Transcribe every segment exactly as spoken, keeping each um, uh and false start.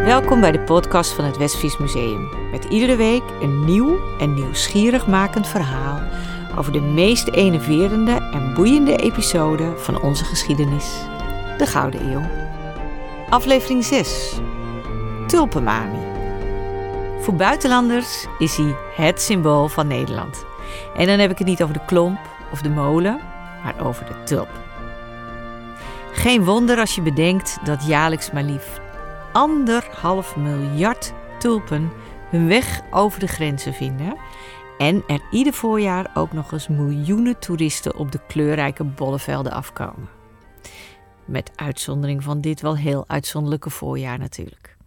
Welkom bij de podcast van het Westfries Museum. Met iedere week een nieuw en nieuwsgierig makend verhaal over de meest enerverende en boeiende episode van onze geschiedenis. De Gouden Eeuw. Aflevering zes. Tulpenmanie. Voor buitenlanders is hij het symbool van Nederland. En dan heb ik het niet over de klomp of de molen, maar over de tulp. Geen wonder als je bedenkt dat jaarlijks maar liefst anderhalf miljard tulpen hun weg over de grenzen vinden en er ieder voorjaar ook nog eens miljoenen toeristen op de kleurrijke bollevelden afkomen. Met uitzondering van dit wel heel uitzonderlijke voorjaar natuurlijk.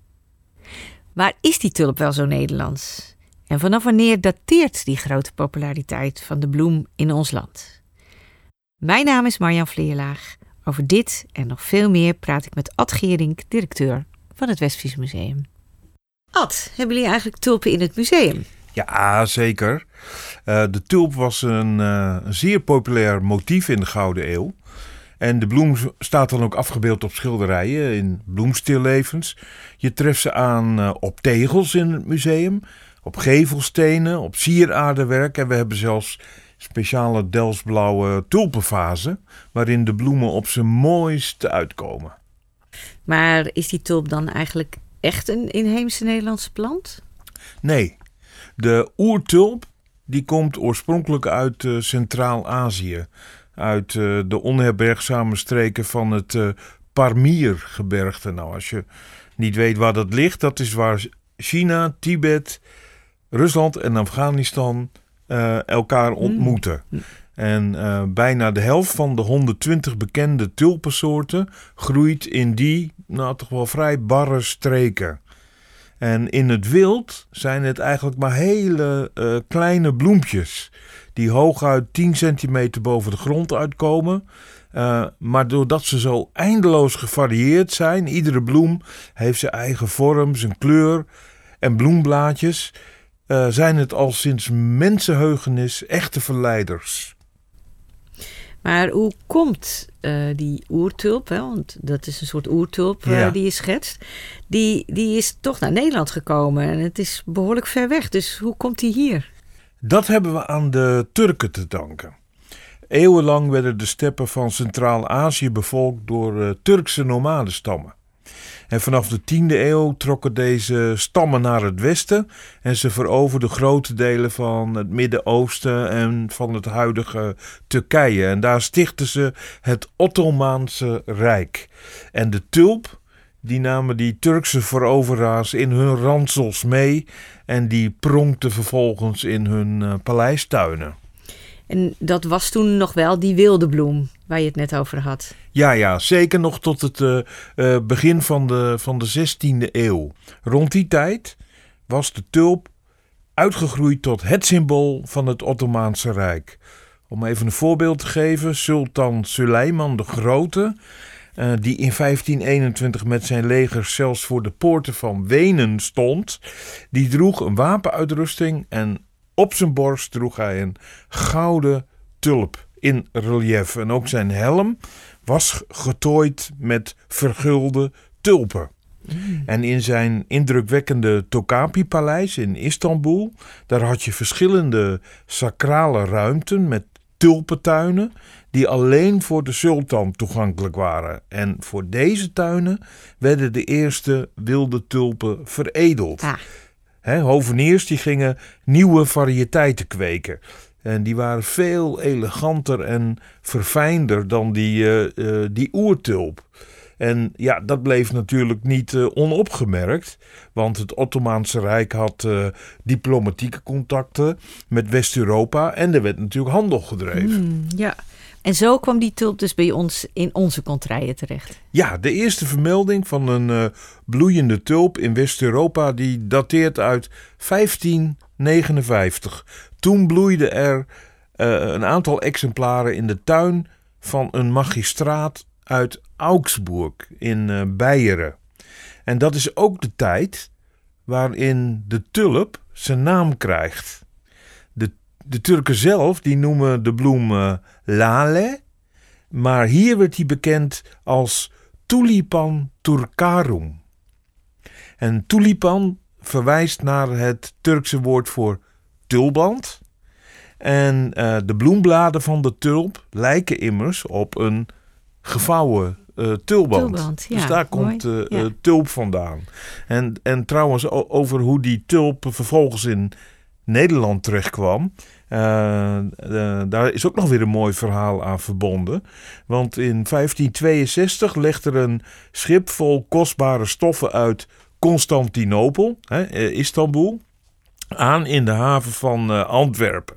Maar is die tulp wel zo Nederlands? En vanaf wanneer dateert die grote populariteit van de bloem in ons land? Mijn naam is Marjan Vleerlaag. Over dit en nog veel meer praat ik met Ad Geerink, directeur van het Westfries Museum. Ad, hebben jullie eigenlijk tulpen in het museum? Ja, zeker. Uh, de tulp was een, uh, een zeer populair motief in de Gouden Eeuw. En de bloem staat dan ook afgebeeld op schilderijen in bloemstillevens. Je treft ze aan uh, op tegels in het museum, op gevelstenen, op sieradenwerk. En we hebben zelfs speciale Delftsblauwe tulpenvazen, waarin de bloemen op zijn mooist uitkomen. Maar is die tulp dan eigenlijk echt een inheemse Nederlandse plant? Nee, de oertulp die komt oorspronkelijk uit uh, Centraal-Azië. Uit uh, de onherbergzame streken van het uh, Parmirgebergte. Nou, als je niet weet waar dat ligt, dat is waar China, Tibet, Rusland en Afghanistan uh, elkaar ontmoeten. Mm. En uh, bijna de helft van de honderdtwintig bekende tulpensoorten groeit in die, nou toch wel vrij barre streken. En in het wild zijn het eigenlijk maar hele uh, kleine bloempjes die hooguit tien centimeter boven de grond uitkomen. Uh, maar doordat ze zo eindeloos gevarieerd zijn, iedere bloem heeft zijn eigen vorm, zijn kleur en bloemblaadjes, uh, zijn het al sinds mensenheugenis echte verleiders. Maar hoe komt uh, die oertulp, hè, want dat is een soort oertulp uh, ja. die je schetst, die, die is toch naar Nederland gekomen en het is behoorlijk ver weg. Dus hoe komt die hier? Dat hebben we aan de Turken te danken. Eeuwenlang werden de steppen van Centraal-Azië bevolkt door uh, Turkse nomadenstammen. En vanaf de tiende eeuw trokken deze stammen naar het westen en ze veroverden grote delen van het Midden-Oosten en van het huidige Turkije. En daar stichtten ze het Ottomaanse Rijk. En de tulp, die namen die Turkse veroveraars in hun ransels mee en die pronkten vervolgens in hun uh, paleistuinen. En dat was toen nog wel die wilde bloem waar je het net over had. Ja, ja, zeker nog tot het uh, uh, begin van de, van de zestiende eeuw. Rond die tijd was de tulp uitgegroeid tot het symbool van het Ottomaanse Rijk. Om even een voorbeeld te geven, Sultan Süleyman de Grote, uh, die in vijftien eenentwintig met zijn leger zelfs voor de poorten van Wenen stond, die droeg een wapenuitrusting en op zijn borst droeg hij een gouden tulp in relief. En ook zijn helm was getooid met vergulde tulpen. Mm. En in zijn indrukwekkende Topkapi-paleis in Istanbul, daar had je verschillende sacrale ruimten met tulpentuinen die alleen voor de sultan toegankelijk waren. En voor deze tuinen werden de eerste wilde tulpen veredeld. Ah. He, hoveniers die gingen nieuwe variëteiten kweken. En die waren veel eleganter en verfijnder dan die, uh, uh, die oertulp. En ja, dat bleef natuurlijk niet uh, onopgemerkt. Want het Ottomaanse Rijk had uh, diplomatieke contacten met West-Europa. En er werd natuurlijk handel gedreven. Mm, ja. En zo kwam die tulp dus bij ons in onze contraien terecht. Ja, de eerste vermelding van een uh, bloeiende tulp in West-Europa die dateert uit vijftien negenenvijftig. Toen bloeide er uh, een aantal exemplaren in de tuin van een magistraat uit Augsburg in uh, Beieren. En dat is ook de tijd waarin de tulp zijn naam krijgt. De, de Turken zelf die noemen de bloem uh, lale, maar hier werd hij bekend als Tulipan turcarum. En tulipan verwijst naar het Turkse woord voor tulband. En uh, de bloembladen van de tulp lijken immers op een gevouwen uh, tulband. tulband ja, dus daar mooi. komt uh, ja. uh, tulp vandaan. En, en trouwens o- over hoe die tulp vervolgens in Nederland terechtkwam. Uh, uh, daar is ook nog weer een mooi verhaal aan verbonden. Want in vijftien tweeënzestig legt er een schip vol kostbare stoffen uit Constantinopel, hè, Istanbul, aan in de haven van uh, Antwerpen.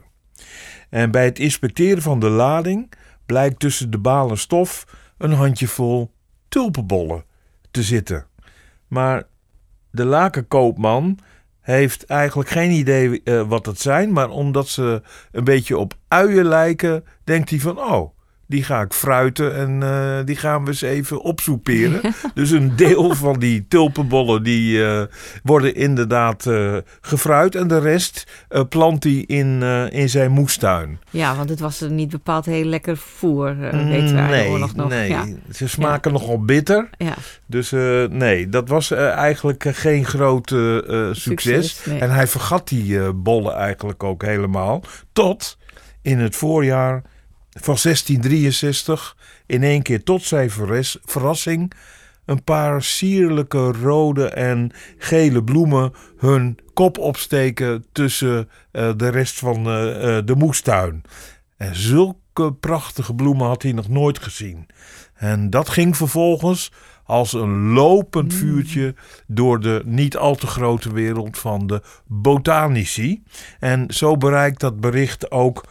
En bij het inspecteren van de lading blijkt tussen de balen stof een handjevol tulpenbollen te zitten. Maar de lakenkoopman heeft eigenlijk geen idee uh, wat het zijn, maar omdat ze een beetje op uien lijken, denkt hij van, oh, die ga ik fruiten en uh, die gaan we eens even opsoeperen. Dus een deel van die tulpenbollen die uh, worden inderdaad uh, gefruit en de rest uh, plant hij in, uh, in zijn moestuin. Ja, want het was niet bepaald heel lekker voer, uh, weten we nee, oorlog nog. Nee, ja. ze smaken ja. nogal bitter. Ja. Dus uh, nee, dat was uh, eigenlijk uh, geen groot uh, uh, succes. succes nee. En hij vergat die uh, bollen eigenlijk ook helemaal. Tot in het voorjaar van zestien drieënzestig in één keer tot zijn verres, verrassing een paar sierlijke rode en gele bloemen hun kop opsteken tussen uh, de rest van uh, uh, de moestuin. En zulke prachtige bloemen had hij nog nooit gezien. En dat ging vervolgens als een lopend vuurtje door de niet al te grote wereld van de botanici. En zo bereikt dat bericht ook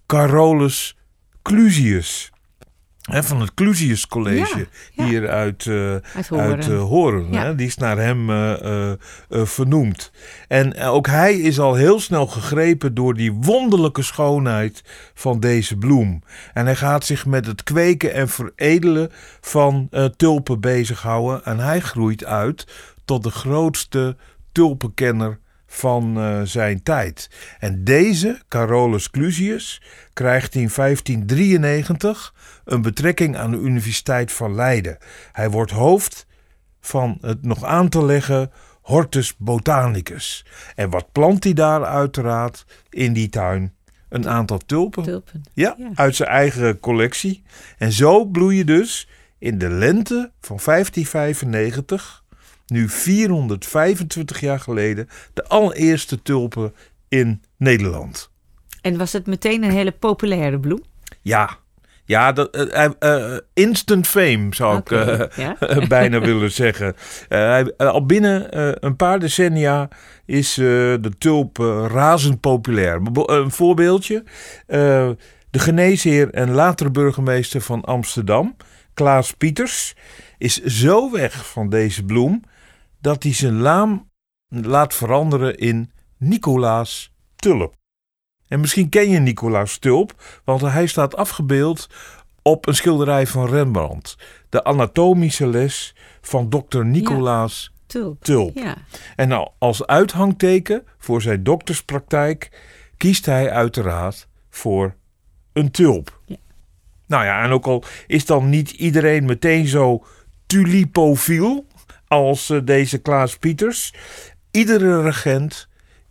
Carolus Clusius, hè, van het Clusius College, ja, ja. hier uit, uh, uit Horen. Uit, uh, Horen ja. hè, die is naar hem uh, uh, uh, vernoemd. En uh, ook hij is al heel snel gegrepen door die wonderlijke schoonheid van deze bloem. En hij gaat zich met het kweken en veredelen van uh, tulpen bezighouden. En hij groeit uit tot de grootste tulpenkenner van uh, zijn tijd. En deze, Carolus Clusius, krijgt in vijftien drieënnegentig een betrekking aan de Universiteit van Leiden. Hij wordt hoofd van het nog aan te leggen Hortus Botanicus. En wat plant hij daar uiteraard in die tuin? Een aantal tulpen. tulpen. Ja, ja, uit zijn eigen collectie. En zo bloeien dus in de lente van vijftien vijfennegentig... nu vierhonderdvijfentwintig jaar geleden, de allereerste tulpen in Nederland. En was het meteen een hele populaire bloem? Ja, ja dat, uh, uh, instant fame zou okay, ik uh, ja? bijna willen zeggen. Uh, uh, al binnen uh, een paar decennia is uh, de tulp uh, razend populair. Een voorbeeldje, uh, de geneesheer en latere burgemeester van Amsterdam, Klaas Pieters, is zo weg van deze bloem dat hij zijn naam laat veranderen in Nicolaas Tulp. En misschien ken je Nicolaas Tulp, want hij staat afgebeeld op een schilderij van Rembrandt. De anatomische les van dokter Nicolaas ja, Tulp. Tulp. Ja. En nou, als uithangteken voor zijn dokterspraktijk kiest hij uiteraard voor een tulp. Ja. Nou ja, en ook al is dan niet iedereen meteen zo tulipofiel als uh, deze Klaas Pieters. Iedere regent,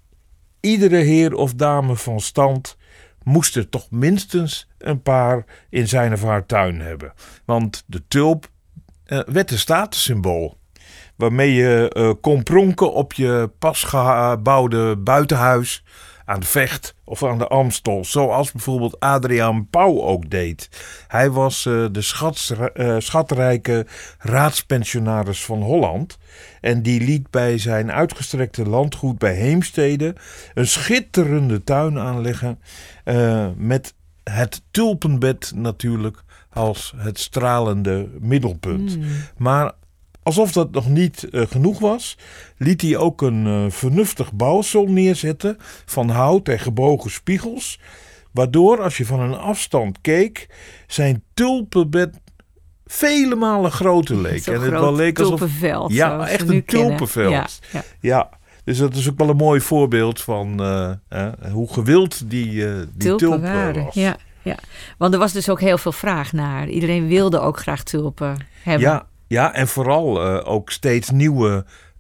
iedere heer of dame van stand moest er toch minstens een paar in zijn of haar tuin hebben. Want de tulp uh, werd een statussymbool. Waarmee je uh, kon pronken op je pas gebouwde buitenhuis aan de Vecht of aan de Amstel, zoals bijvoorbeeld Adriaan Pauw ook deed. Hij was uh, de schats, uh, schatrijke raadspensionaris van Holland en die liet bij zijn uitgestrekte landgoed bij Heemstede een schitterende tuin aanleggen uh, met het tulpenbed natuurlijk als het stralende middelpunt. Mm. Maar alsof dat nog niet uh, genoeg was, liet hij ook een uh, vernuftig bouwsel neerzetten van hout en gebogen spiegels, waardoor als je van een afstand keek, zijn tulpenbed vele malen groter leek. Zo'n en het wel leek alsof tulpenveld. Ja, echt een tulpenveld. Ja, ja. ja, dus dat is ook wel een mooi voorbeeld van uh, uh, hoe gewild die, uh, die tulpen, tulpen was. Ja, ja, want er was dus ook heel veel vraag naar. Iedereen wilde ook graag tulpen hebben. Ja. Ja, en vooral uh, ook steeds nieuwe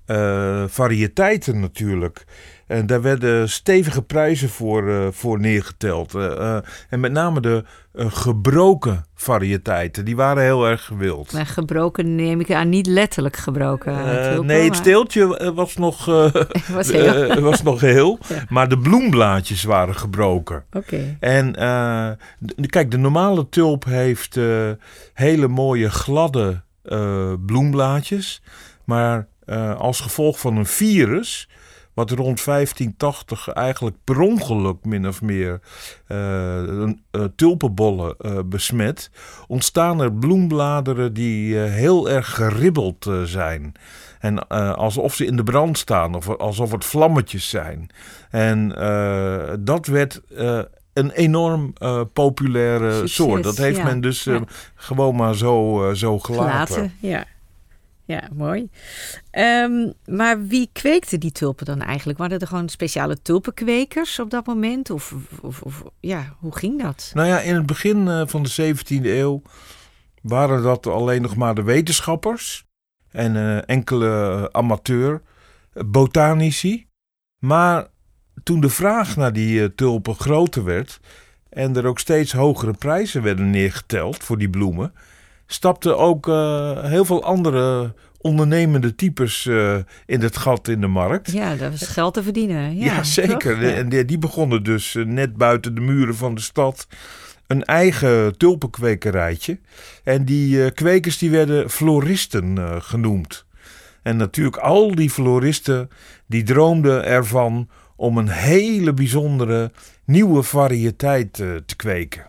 uh, variëteiten natuurlijk. En daar werden stevige prijzen voor, uh, voor neergeteld. Uh, uh, en met name de uh, gebroken variëteiten, die waren heel erg gewild. Maar gebroken neem ik aan, niet letterlijk gebroken. Uh, tulpen, nee, het maar... steeltje was nog, uh, was heel. uh, was nog heel, ja. Maar de bloemblaadjes waren gebroken. Oké. Okay. En uh, d- kijk, de normale tulp heeft uh, hele mooie gladde uh, bloemblaadjes. Maar uh, als gevolg van een virus, wat rond vijftien tachtig eigenlijk per ongeluk min of meer uh, uh, tulpenbollen uh, besmet, ontstaan er bloembladeren die uh, heel erg geribbeld uh, zijn. En uh, alsof ze in de brand staan of alsof het vlammetjes zijn. En uh, dat werd uh, een enorm uh, populaire Succes, soort. Dat heeft ja. men dus uh, ja. gewoon maar zo, uh, zo gelaten. Gelaten, ja. Ja, mooi. Um, maar wie kweekte die tulpen dan eigenlijk? Waren er gewoon speciale tulpenkwekers op dat moment? Of, of, of ja, hoe ging dat? Nou ja, in het begin uh, van de zeventiende eeuw waren dat alleen nog maar de wetenschappers en uh, enkele amateur botanici. Maar toen de vraag naar die uh, tulpen groter werd en er ook steeds hogere prijzen werden neergeteld voor die bloemen, stapten ook uh, heel veel andere ondernemende types uh, in het gat in de markt. Ja, dat was geld te verdienen. Ja, ja zeker. Ja. En die, die begonnen dus uh, net buiten de muren van de stad een eigen tulpenkwekerijtje. En die uh, kwekers die werden floristen uh, genoemd. En natuurlijk al die floristen die droomden ervan om een hele bijzondere nieuwe variëteit uh, te kweken.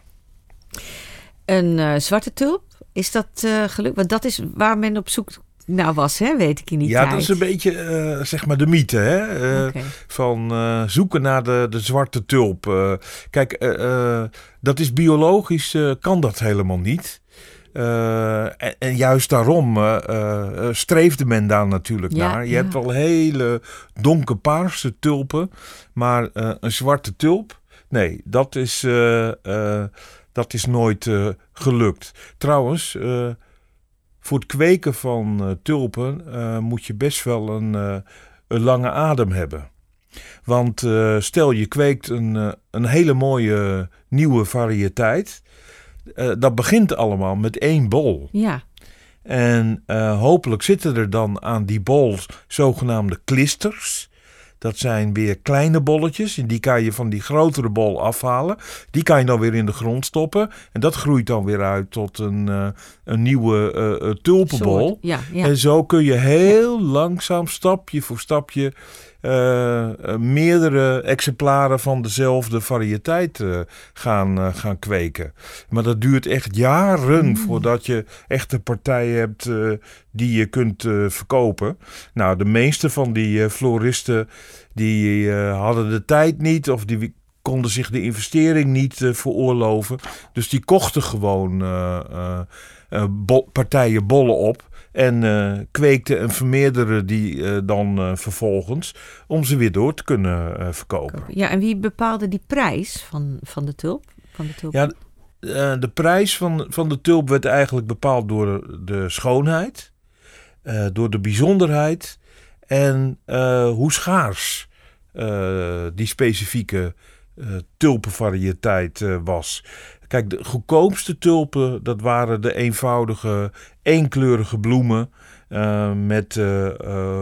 Een uh, zwarte tulp? Is dat uh, gelukt? Want dat is waar men op zoek naar was, hè? Weet ik in die ja, tijd. Ja, dat is een beetje uh, zeg maar de mythe, hè? Uh, okay. Van uh, zoeken naar de, de zwarte tulp. Uh, kijk, uh, uh, dat is biologisch, uh, kan dat helemaal niet. Uh, en, en juist daarom uh, uh, streefde men daar natuurlijk ja, naar. Je ja. hebt al hele donkerpaarse tulpen, maar uh, een zwarte tulp, nee, dat is... Uh, uh, Dat is nooit uh, gelukt. Trouwens, uh, voor het kweken van uh, tulpen uh, moet je best wel een, uh, een lange adem hebben. Want uh, stel je kweekt een, uh, een hele mooie nieuwe variëteit. Uh, dat begint allemaal met één bol. Ja. En uh, hopelijk zitten er dan aan die bol zogenaamde klisters. Dat zijn weer kleine bolletjes en die kan je van die grotere bol afhalen. Die kan je dan weer in de grond stoppen. En dat groeit dan weer uit tot een, uh, een nieuwe uh, tulpenbol. Ja, ja. En zo kun je heel langzaam, stapje voor stapje, uh, uh, meerdere exemplaren van dezelfde variëteit uh, gaan, uh, gaan kweken. Maar dat duurt echt jaren mm. voordat je echt een partij hebt uh, die je kunt uh, verkopen. Nou, de meeste van die uh, floristen die uh, hadden de tijd niet of die konden zich de investering niet uh, veroorloven. Dus die kochten gewoon uh, uh, uh, bo- partijen bollen op en uh, kweekten en vermeerderden die uh, dan uh, vervolgens om ze weer door te kunnen uh, verkopen. Ja, en wie bepaalde die prijs van, van de tulp? Van de tulp? Ja, uh, de prijs van, van de tulp werd eigenlijk bepaald door de schoonheid, uh, door de bijzonderheid en uh, hoe schaars uh, die specifieke uh, tulpenvariëteit uh, was. Kijk, de goedkoopste tulpen, dat waren de eenvoudige, eenkleurige bloemen uh, met uh, uh,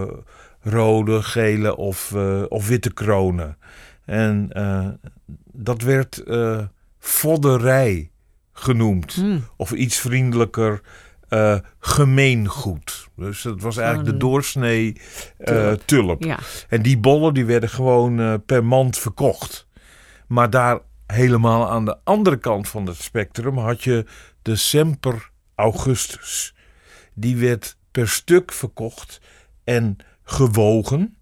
rode, gele of, uh, of witte kronen. En uh, dat werd uh, vodderij genoemd. Mm. Of iets vriendelijker, uh, gemeengoed. Dus dat was eigenlijk de doorsnee uh, tulp. tulp. Ja. En die bollen die werden gewoon uh, per mand verkocht. Maar daar helemaal aan de andere kant van het spectrum had je de Semper Augustus. Die werd per stuk verkocht en gewogen.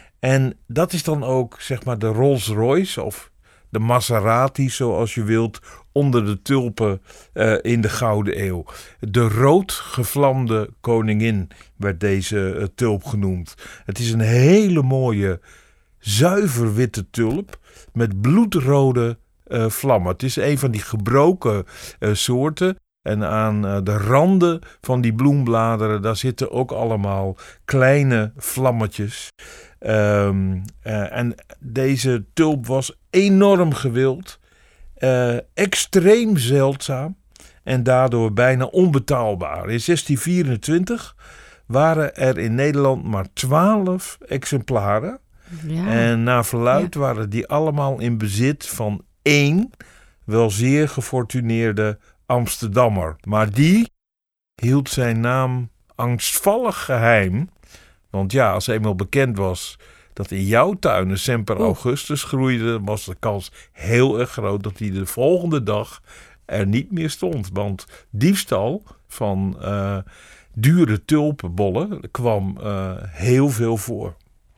En dat is dan ook zeg maar de Rolls Royce of de Maserati, zoals je wilt, onder de tulpen uh, in de Gouden Eeuw. De rood gevlamde koningin werd deze uh, tulp genoemd. Het is een hele mooie, zuiver witte tulp met bloedrode uh, vlammen. Het is een van die gebroken uh, soorten En aan uh, de randen van die bloembladeren, daar zitten ook allemaal kleine vlammetjes. Um, uh, en deze tulp was enorm gewild, uh, extreem zeldzaam en daardoor bijna onbetaalbaar. In zestien vierentwintig waren er in Nederland maar twaalf exemplaren. Ja. En naar verluidt ja. waren die allemaal in bezit van één, wel zeer gefortuneerde Amsterdammer. Maar die hield zijn naam angstvallig geheim. Want ja, als eenmaal bekend was dat in jouw tuin een Semper Augustus groeide, was de kans heel erg groot dat hij de volgende dag er niet meer stond. Want diefstal van uh, dure tulpenbollen kwam uh, heel veel voor.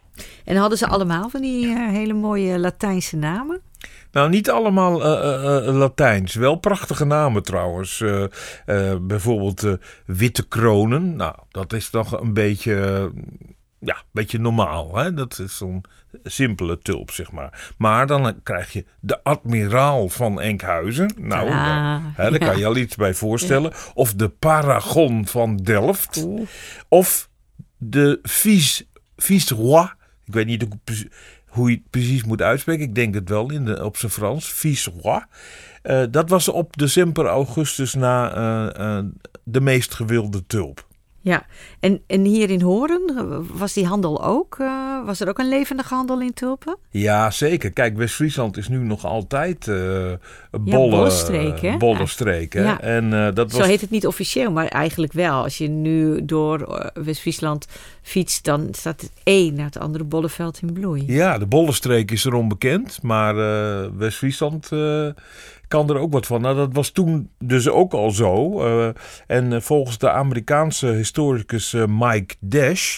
En hadden ze allemaal van die uh, hele mooie Latijnse namen? Nou, niet allemaal uh, uh, Latijns. Wel prachtige namen trouwens. Uh, uh, bijvoorbeeld uh, witte kronen. Nou, dat is toch een beetje, uh, ja, een beetje normaal. Hè? Dat is zo'n simpele tulp, zeg maar. Maar dan uh, krijg je de admiraal van Enkhuizen. Nou, ah, uh, hè, daar ja. kan je al iets bij voorstellen. Ja. Of de paragon van Delft. Oeh. Of de vice, vice-roi. Ik weet niet hoe, hoe je het precies moet uitspreken. Ik denk het wel in de, op zijn Frans. Vice-roi. Uh, dat was op de Semper Augustus na uh, uh, de meest gewilde tulp. Ja, en, en hier in Hoorn, was die handel ook? Uh, was er ook een levendige handel in tulpen? Ja, zeker. Kijk, West-Friesland is nu nog altijd uh, bolle, ja, bollenstreek, hè? bollenstreek. Hè? Ja. En, uh, dat Zo was... heet het niet officieel, maar eigenlijk wel. Als je nu door West-Friesland fietst, dan staat het een naar het andere bollenveld in bloei. Ja, de bollenstreek is erom bekend, maar uh, West-Friesland... Uh, kan er ook wat van. Nou, dat was toen dus ook al zo. Uh, en uh, volgens de Amerikaanse historicus uh, Mike Dash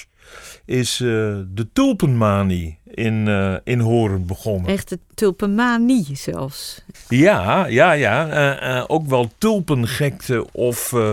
is uh, de tulpenmanie in, uh, in Hoorn begonnen. Echt de tulpenmanie zelfs. Ja, ja, ja. Uh, uh, ook wel tulpengekte of uh,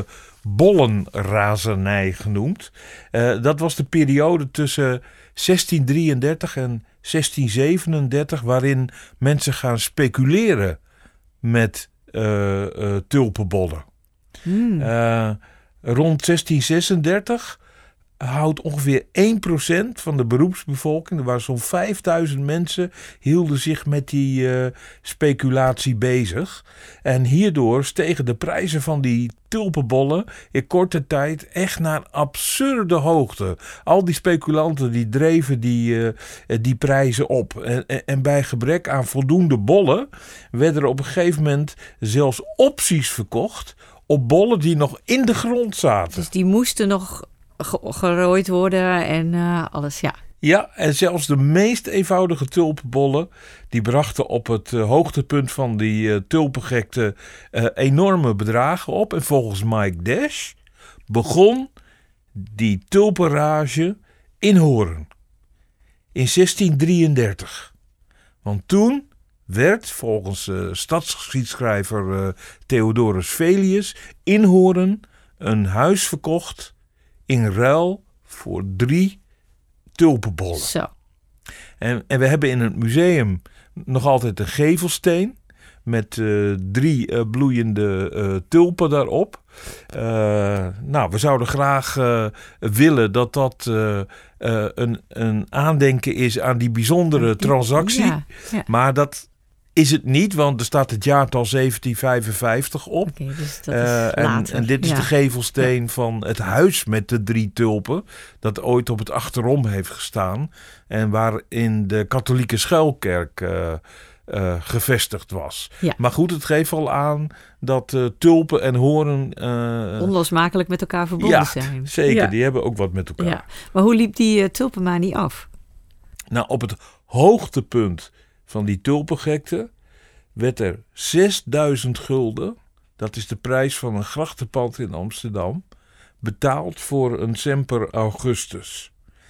bollenrazernij genoemd. Uh, dat was de periode tussen zestien drieëndertig en zestien zevenendertig waarin mensen gaan speculeren met uh, uh, tulpenbollen. Hmm. Uh, rond zestien zesendertig houdt ongeveer één procent van de beroepsbevolking, er waren zo'n vijfduizend mensen, hielden zich met die uh, speculatie bezig. En hierdoor stegen de prijzen van die tulpenbollen in korte tijd echt naar absurde hoogte. Al die speculanten die dreven die, uh, die prijzen op. En, en, en bij gebrek aan voldoende bollen werden er op een gegeven moment zelfs opties verkocht op bollen die nog in de grond zaten. Dus die moesten nog gerooid worden en uh, alles, ja. Ja, en zelfs de meest eenvoudige tulpenbollen, die brachten op het uh, hoogtepunt van die uh, tulpengekte uh, enorme bedragen op. En volgens Mike Dash begon die tulpenrage in Hoorn in zestien drieëndertig. Want toen werd volgens uh, stadsgeschiedschrijver uh, Theodorus Velius in Hoorn een huis verkocht in ruil voor drie tulpenbollen. Zo. En, en we hebben in het museum nog altijd een gevelsteen met uh, drie uh, bloeiende uh, tulpen daarop. Uh, nou, we zouden graag uh, willen dat dat uh, uh, een, een aandenken is aan die bijzondere transactie. Ja, ja. Maar dat is het niet, want er staat het jaartal zeventien vijfenvijftig op. Okay, dus dat is uh, en, en dit is ja. de gevelsteen ja. van het huis met de drie tulpen, dat ooit op het achterom heeft gestaan en waarin de katholieke schuilkerk uh, uh, gevestigd was. Ja. Maar goed, het geeft al aan dat uh, tulpen en Hoorn Uh, onlosmakelijk met elkaar verbonden ja, zijn. Zeker, ja. Die hebben ook wat met elkaar. Ja. Maar hoe liep die uh, tulpenmanie af? Nou, op het hoogtepunt van die tulpengekte werd er zesduizend gulden, dat is de prijs van een grachtenpand in Amsterdam, betaald voor een Semper Augustus.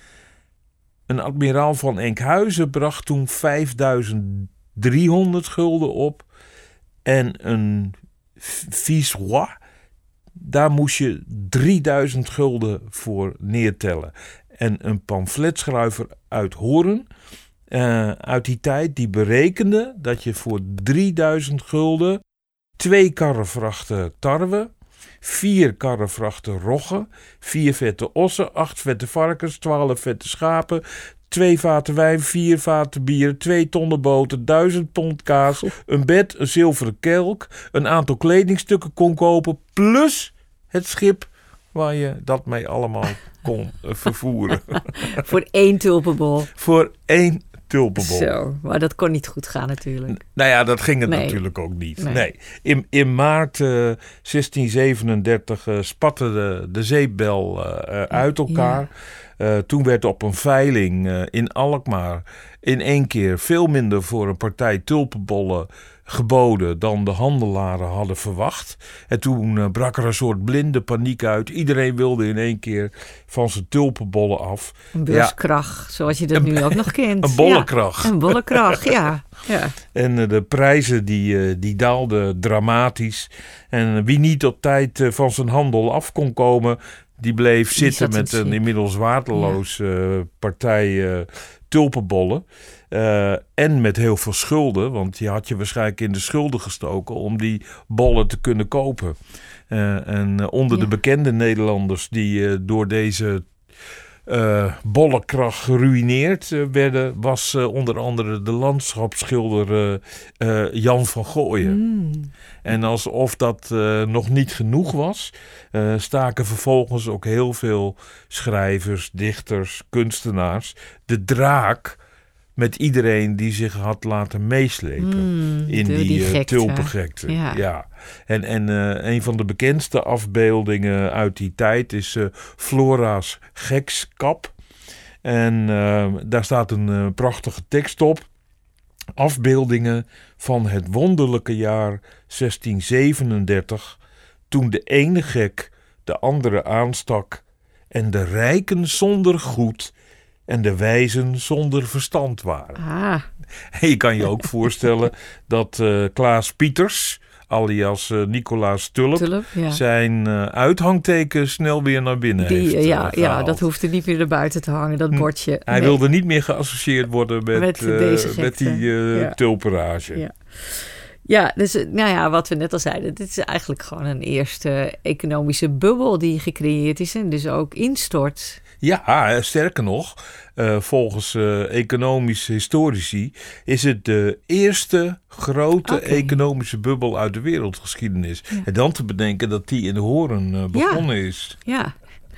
Een admiraal van Enkhuizen bracht toen vijfduizend driehonderd gulden op en een vice-roi, daar moest je drieduizend gulden voor neertellen. En een pamfletschrijver uit Hoorn, Uh, uit die tijd, die berekende dat je voor drieduizend gulden twee karrevrachten tarwe vier karrevrachten roggen, vier vette ossen, acht vette varkens, twaalf vette schapen, twee vaten wijn, vier vaten bier, twee tonnen boter, duizend pond kaas, een bed, een zilveren kelk, een aantal kledingstukken kon kopen, plus het schip waar je dat mee allemaal kon vervoeren. Voor één tulpenbol. Voor één tulpenbol. Zo, maar dat kon niet goed gaan natuurlijk. Nou ja, dat ging het nee. natuurlijk ook niet. Nee. Nee. In, in maart uh, zestien zevenendertig uh, spatte de, de zeepbel uh, uit elkaar. Ja. Uh, toen werd op een veiling uh, in Alkmaar in één keer veel minder voor een partij tulpenbollen geboden dan de handelaren hadden verwacht. En toen uh, brak er een soort blinde paniek uit. Iedereen wilde in één keer van zijn tulpenbollen af. Een beurskracht, ja. Zoals je dat een, nu ook nog kent. Een bollenkracht. Ja, een bollenkracht, ja. ja. En uh, de prijzen die, uh, die daalden dramatisch. En uh, wie niet op tijd uh, van zijn handel af kon komen, die bleef die zitten met een inmiddels waardeloos uh, partij uh, tulpenbollen. Uh, en met heel veel schulden, want je had je waarschijnlijk in de schulden gestoken om die bollen te kunnen kopen. Uh, en uh, onder ja. de bekende Nederlanders die uh, door deze uh, bollenkracht geruïneerd uh, werden, was uh, onder andere de landschapsschilder uh, uh, Jan van Gooien. Mm. En alsof dat uh, nog niet genoeg was, uh, staken vervolgens ook heel veel schrijvers, dichters, kunstenaars de draak met iedereen die zich had laten meeslepen mm, in die, die uh, tulpengekte. Ja. ja. En, en uh, een van de bekendste afbeeldingen uit die tijd is uh, Flora's Gekskap. En uh, daar staat een uh, prachtige tekst op. Afbeeldingen van het wonderlijke jaar zestien zevenendertig, toen de ene gek de andere aanstak en de rijken zonder goed en de wijzen zonder verstand waren. Ah. En je kan je ook voorstellen dat uh, Klaas Pieters, alias uh, Nicolaas Tulp, Tulp ja. zijn uh, uithangteken snel weer naar binnen Die, heeft uh, ja, ja, dat hoefde niet meer naar buiten te hangen, dat bordje. Hij nee. wilde niet meer geassocieerd worden met, met, uh, deze met die uh, ja. tulpenrage. Ja. Ja, dus nou ja, wat we net al zeiden, dit is eigenlijk gewoon een eerste economische bubbel die gecreëerd is en dus ook instort. Ja, sterker nog, uh, volgens uh, economische historici is het de eerste grote okay. economische bubbel uit de wereldgeschiedenis. Ja. En dan te bedenken dat die in de Hoorn uh, begonnen ja. is. Ja,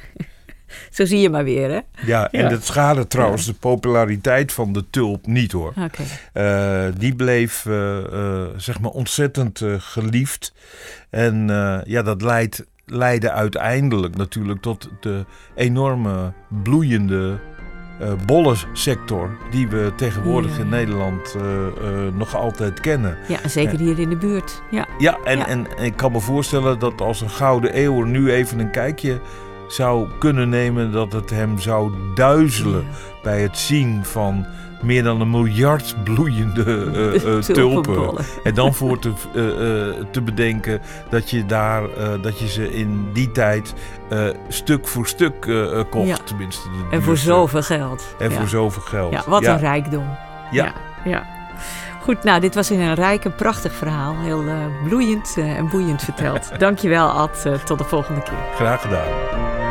zo zie je maar weer, hè? Ja, en ja. dat schade trouwens ja. de populariteit van de tulp niet, hoor. Okay. Uh, die bleef, uh, uh, zeg maar, ontzettend uh, geliefd. En uh, ja, dat leidt... leidde uiteindelijk natuurlijk tot de enorme bloeiende uh, bollensector die we tegenwoordig ja. in Nederland uh, uh, nog altijd kennen. Ja, zeker hier in de buurt. Ja, ja, en, ja. En, en ik kan me voorstellen dat als een gouden eeuw er nu even een kijkje zou kunnen nemen, dat het hem zou duizelen ja. bij het zien van meer dan een miljard bloeiende uh, uh, tulpen. En dan voor te, uh, uh, te bedenken dat je, daar, uh, dat je ze in die tijd uh, stuk voor stuk uh, kocht. Ja. Tenminste, de en voor zoveel geld. En ja. voor zoveel geld. Ja, wat ja. een rijkdom. Ja. ja, ja. Goed, nou, dit was een rijk en prachtig verhaal. Heel uh, bloeiend uh, en boeiend verteld. Dankjewel, Ad. Uh, tot de volgende keer. Graag gedaan.